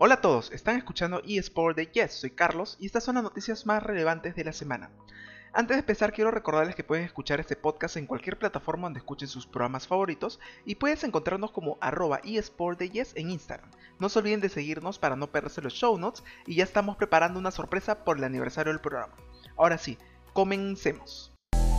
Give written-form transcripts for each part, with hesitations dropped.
Hola a todos, están escuchando eSport de Yes, soy Carlos y estas son las noticias más relevantes de la semana. Antes de empezar quiero recordarles que pueden escuchar este podcast en cualquier plataforma donde escuchen sus programas favoritos y puedes encontrarnos como @eSport de Yes en Instagram. No se olviden de seguirnos para no perderse los show notes y ya estamos preparando una sorpresa por el aniversario del programa. Ahora sí, comencemos.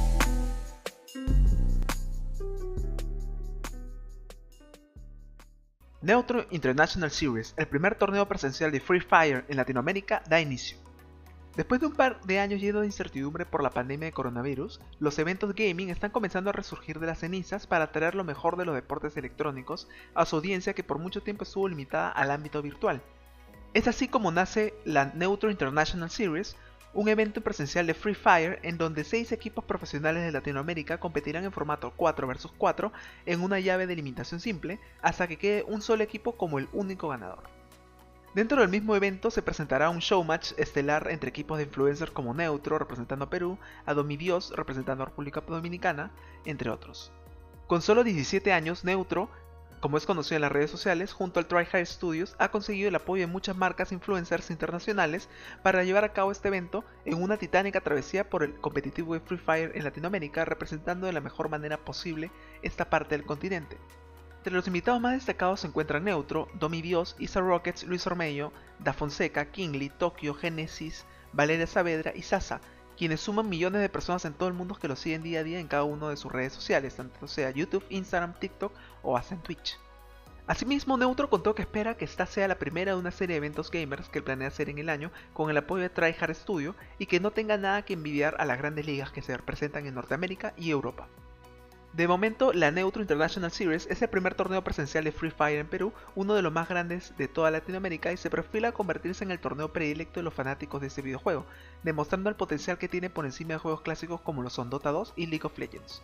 Neutro International Series, el primer torneo presencial de Free Fire en Latinoamérica, da inicio. Después de un par de años llenos de incertidumbre por la pandemia de coronavirus, los eventos gaming están comenzando a resurgir de las cenizas para traer lo mejor de los deportes electrónicos a su audiencia que por mucho tiempo estuvo limitada al ámbito virtual. Es así como nace la Neutro International Series, un evento presencial de Free Fire en donde 6 equipos profesionales de Latinoamérica competirán en formato 4 vs 4 en una llave de limitación simple hasta que quede un solo equipo como el único ganador. Dentro del mismo evento se presentará un showmatch estelar entre equipos de influencers como Neutro representando a Perú, Adomidios representando a República Dominicana, entre otros. Con solo 17 años, Neutro, como es conocido en las redes sociales, junto al Tryhard Studios, ha conseguido el apoyo de muchas marcas influencers internacionales para llevar a cabo este evento en una titánica travesía por el competitivo de Free Fire en Latinoamérica, representando de la mejor manera posible esta parte del continente. Entre los invitados más destacados se encuentran Neutro, Domidios, Isa Rockets, Luis Ormeño, Da Fonseca, Kingly, Tokyo, Genesis, Valeria Saavedra y Sasa, quienes suman millones de personas en todo el mundo que los siguen día a día en cada una de sus redes sociales, tanto sea YouTube, Instagram, TikTok o hasta en Twitch. Asimismo, Neutro contó que espera que esta sea la primera de una serie de eventos gamers que planea hacer en el año con el apoyo de Tryhard Studio y que no tenga nada que envidiar a las grandes ligas que se representan en Norteamérica y Europa. De momento, la Neutro International Series es el primer torneo presencial de Free Fire en Perú, uno de los más grandes de toda Latinoamérica y se perfila a convertirse en el torneo predilecto de los fanáticos de este videojuego, demostrando el potencial que tiene por encima de juegos clásicos como lo son Dota 2 y League of Legends.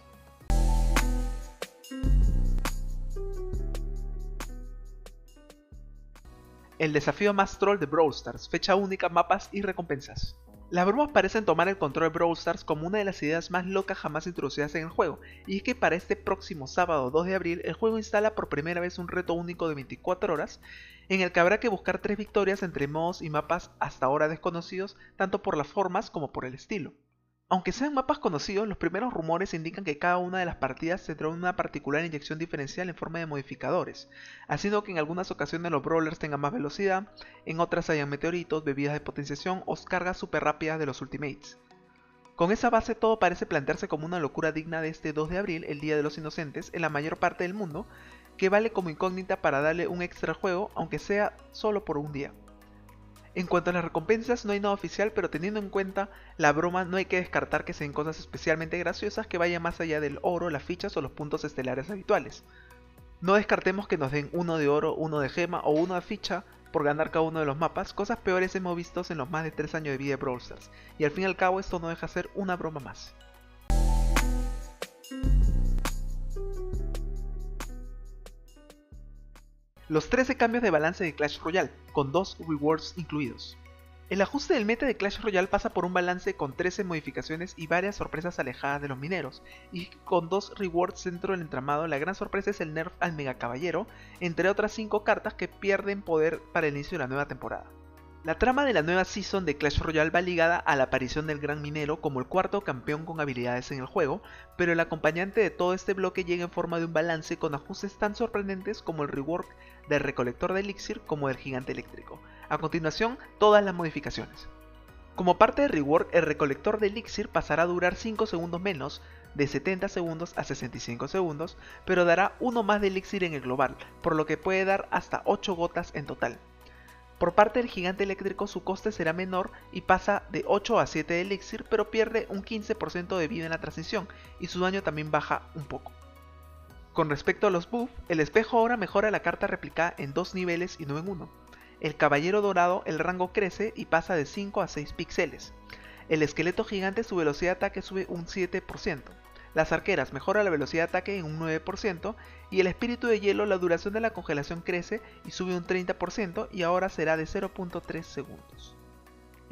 El desafío más troll de Brawl Stars, fecha única, mapas y recompensas. Las bromas parecen tomar el control de Brawl Stars como una de las ideas más locas jamás introducidas en el juego, y es que para este próximo sábado 2 de abril el juego instala por primera vez un reto único de 24 horas, en el que habrá que buscar 3 victorias entre modos y mapas hasta ahora desconocidos, tanto por las formas como por el estilo. Aunque sean mapas conocidos, los primeros rumores indican que cada una de las partidas tendrá una particular inyección diferencial en forma de modificadores, haciendo que en algunas ocasiones los brawlers tengan más velocidad, en otras hayan meteoritos, bebidas de potenciación o cargas super rápidas de los ultimates. Con esa base todo parece plantearse como una locura digna de este 2 de abril, el Día de los Inocentes, en la mayor parte del mundo, que vale como incógnita para darle un extra al juego, aunque sea solo por un día. En cuanto a las recompensas no hay nada oficial, pero teniendo en cuenta la broma no hay que descartar que sean cosas especialmente graciosas que vayan más allá del oro, las fichas o los puntos estelares habituales. No descartemos que nos den uno de oro, uno de gema o uno de ficha por ganar cada uno de los mapas, cosas peores hemos visto en los más de 3 años de vida de Brawl Stars, y al fin y al cabo esto no deja de ser una broma más. Los 13 cambios de balance de Clash Royale, con 2 rewards incluidos. El ajuste del meta de Clash Royale pasa por un balance con 13 modificaciones y varias sorpresas alejadas de los mineros, y con 2 rewards dentro del entramado. La gran sorpresa es el nerf al Mega Caballero, entre otras 5 cartas que pierden poder para el inicio de la nueva temporada. La trama de la nueva season de Clash Royale va ligada a la aparición del Gran Minero como el cuarto campeón con habilidades en el juego, pero el acompañante de todo este bloque llega en forma de un balance con ajustes tan sorprendentes como el rework del Recolector de Elixir como del Gigante Eléctrico. A continuación, todas las modificaciones. Como parte del rework, el Recolector de Elixir pasará a durar 5 segundos menos, de 70 segundos a 65 segundos, pero dará uno más de Elixir en el global, por lo que puede dar hasta 8 gotas en total. Por parte del Gigante Eléctrico su coste será menor y pasa de 8 a 7 de Elixir, pero pierde un 15% de vida en la transición y su daño también baja un poco. Con respecto a los buffs, el espejo ahora mejora la carta replicada en 2 niveles y no en 1. El Caballero Dorado, el rango crece y pasa de 5 a 6 píxeles. El Esqueleto Gigante, su velocidad de ataque sube un 7%. Las arqueras mejora la velocidad de ataque en un 9% y el Espíritu de Hielo, la duración de la congelación crece y sube un 30% y ahora será de 0.3 segundos.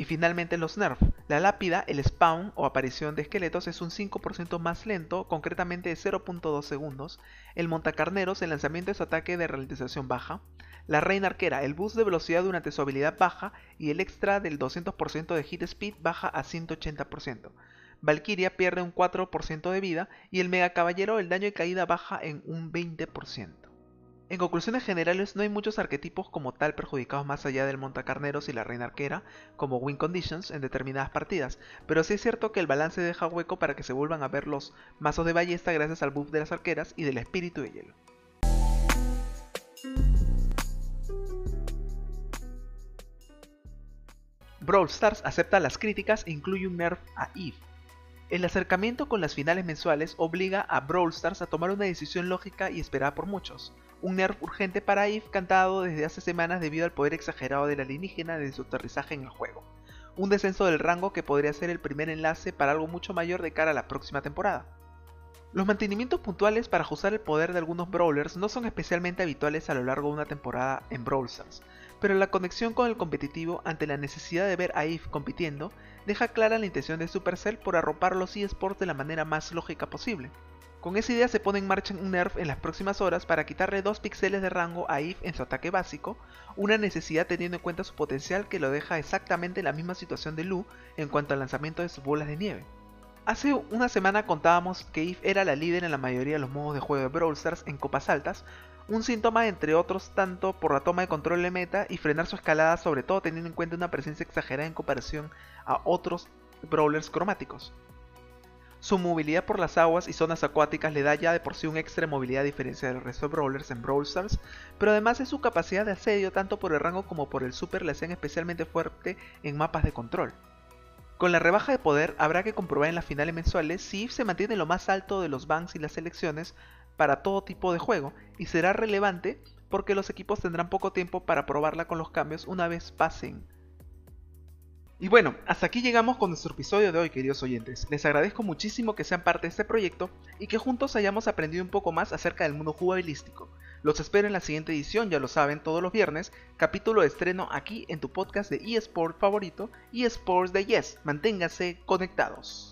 Y finalmente los Nerf. La lápida, el spawn o aparición de esqueletos es un 5% más lento, concretamente de 0.2 segundos. El montacarneros, el lanzamiento de su ataque de ralentización baja. La reina arquera, el boost de velocidad durante su habilidad baja y el extra del 200% de hit speed baja a 180%. Valkyria pierde un 4% de vida y el mega caballero, el daño de caída baja en un 20%. En conclusiones generales, no hay muchos arquetipos como tal perjudicados más allá del montacarneros y la reina arquera, como win conditions en determinadas partidas, pero sí es cierto que el balance deja hueco para que se vuelvan a ver los mazos de ballesta gracias al buff de las arqueras y del espíritu de hielo. Brawl Stars acepta las críticas e incluye un nerf a Eve. El acercamiento con las finales mensuales obliga a Brawl Stars a tomar una decisión lógica y esperada por muchos. Un nerf urgente para Eve cantado desde hace semanas debido al poder exagerado del alienígena desde su aterrizaje en el juego. Un descenso del rango que podría ser el primer enlace para algo mucho mayor de cara a la próxima temporada. Los mantenimientos puntuales para ajustar el poder de algunos brawlers no son especialmente habituales a lo largo de una temporada en Brawl Stars, pero la conexión con el competitivo ante la necesidad de ver a Eve compitiendo deja clara la intención de Supercell por arropar los eSports de la manera más lógica posible. Con esa idea se pone en marcha un nerf en las próximas horas para quitarle 2 píxeles de rango a Eve en su ataque básico, una necesidad teniendo en cuenta su potencial que lo deja exactamente en la misma situación de Lu en cuanto al lanzamiento de sus bolas de nieve. Hace una semana contábamos que Eve era la líder en la mayoría de los modos de juego de Brawl Stars en copas altas, un síntoma entre otros tanto por la toma de control de meta y frenar su escalada, sobre todo teniendo en cuenta una presencia exagerada en comparación a otros brawlers cromáticos. Su movilidad por las aguas y zonas acuáticas le da ya de por sí un extra movilidad a diferencia del resto de brawlers en Brawl Stars, pero además de su capacidad de asedio tanto por el rango como por el super le hacen especialmente fuerte en mapas de control. Con la rebaja de poder habrá que comprobar en las finales mensuales si Eve se mantiene en lo más alto de los bans y las selecciones para todo tipo de juego, y será relevante porque los equipos tendrán poco tiempo para probarla con los cambios una vez pasen. Y bueno, hasta aquí llegamos con nuestro episodio de hoy, queridos oyentes. Les agradezco muchísimo que sean parte de este proyecto y que juntos hayamos aprendido un poco más acerca del mundo jugabilístico. Los espero en la siguiente edición, ya lo saben, todos los viernes, capítulo de estreno aquí en tu podcast de eSport favorito, eSports de Yes. Manténganse conectados.